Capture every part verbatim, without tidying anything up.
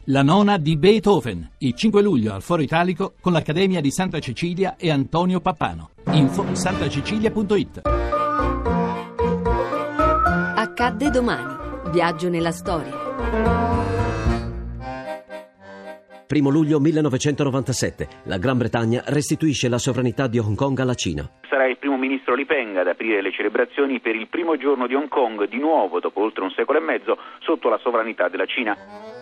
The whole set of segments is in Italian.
La nona di Beethoven, il cinque luglio al Foro Italico con l'Accademia di Santa Cecilia e Antonio Pappano. Info santacecilia punto it. Accadde domani. Viaggio nella storia. primo luglio millenovecentonovantasette. La Gran Bretagna restituisce la sovranità di Hong Kong alla Cina. Sarà il primo ministro Li Peng ad aprire le celebrazioni per il primo giorno di Hong Kong, di nuovo, dopo oltre un secolo e mezzo, sotto la sovranità della Cina.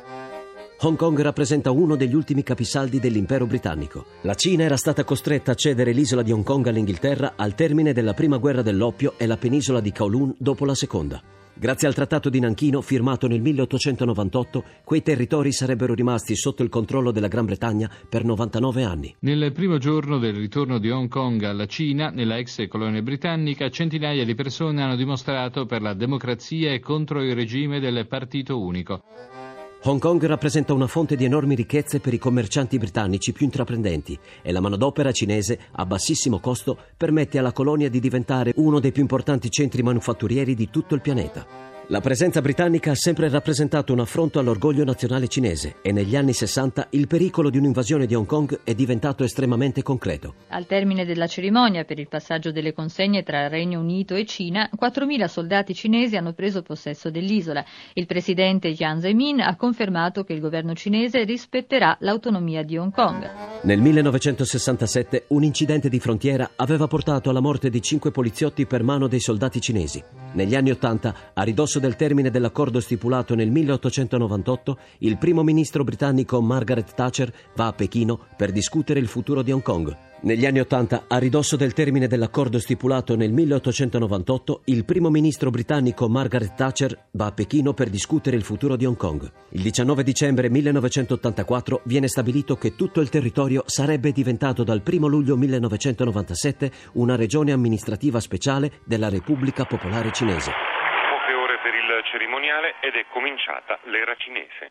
Hong Kong rappresenta uno degli ultimi capisaldi dell'impero britannico. La Cina era stata costretta a cedere l'isola di Hong Kong all'Inghilterra al termine della prima guerra dell'oppio e la penisola di Kowloon dopo la seconda. Grazie al trattato di Nanchino, firmato nel milleottocentonovantotto, quei territori sarebbero rimasti sotto il controllo della Gran Bretagna per novantanove anni. Nel primo giorno del ritorno di Hong Kong alla Cina, nella ex colonia britannica, centinaia di persone hanno dimostrato per la democrazia e contro il regime del partito unico. Hong Kong rappresenta una fonte di enormi ricchezze per i commercianti britannici più intraprendenti e la manodopera cinese a bassissimo costo permette alla colonia di diventare uno dei più importanti centri manufatturieri di tutto il pianeta. La presenza britannica ha sempre rappresentato un affronto all'orgoglio nazionale cinese e negli anni sessanta il pericolo di un'invasione di Hong Kong è diventato estremamente concreto. Al termine della cerimonia per il passaggio delle consegne tra Regno Unito e Cina, quattromila soldati cinesi hanno preso possesso dell'isola. Il presidente Jiang Zemin ha confermato che il governo cinese rispetterà l'autonomia di Hong Kong. Nel millenovecentosessantasette un incidente di frontiera aveva portato alla morte di cinque poliziotti per mano dei soldati cinesi. Negli anni Ottanta, a ridosso del termine dell'accordo stipulato nel milleottocentonovantotto, il primo ministro britannico Margaret Thatcher va a Pechino per discutere il futuro di Hong Kong. Negli anni Ottanta, a ridosso del termine dell'accordo stipulato nel milleottocentonovantotto, il primo ministro britannico Margaret Thatcher va a Pechino per discutere il futuro di Hong Kong. Il diciannove dicembre millenovecentottantaquattro viene stabilito che tutto il territorio sarebbe diventato dal primo luglio millenovecentonovantasette una regione amministrativa speciale della Repubblica Popolare Cinese. Poche ore per il cerimoniale ed è cominciata l'era cinese.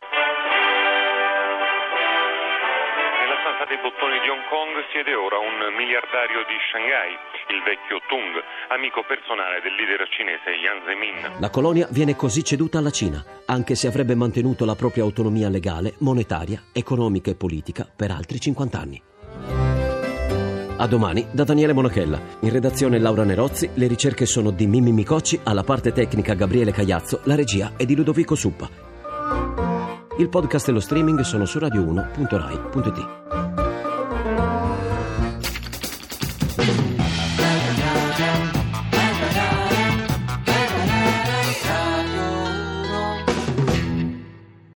Nella stanza dei bottoni di Hong Kong siede ora un miliardario di Shanghai, il vecchio Tung, amico personale del leader cinese Jiang Zemin. La colonia viene così ceduta alla Cina, anche se avrebbe mantenuto la propria autonomia legale, monetaria, economica e politica per altri cinquanta anni. A domani da Daniele Monachella. In redazione Laura Nerozzi, le ricerche sono di Mimmi Micocci, alla parte tecnica Gabriele Cagliazzo, la regia è di Ludovico Suppa. Il podcast e lo streaming sono su radio uno punto rai punto it.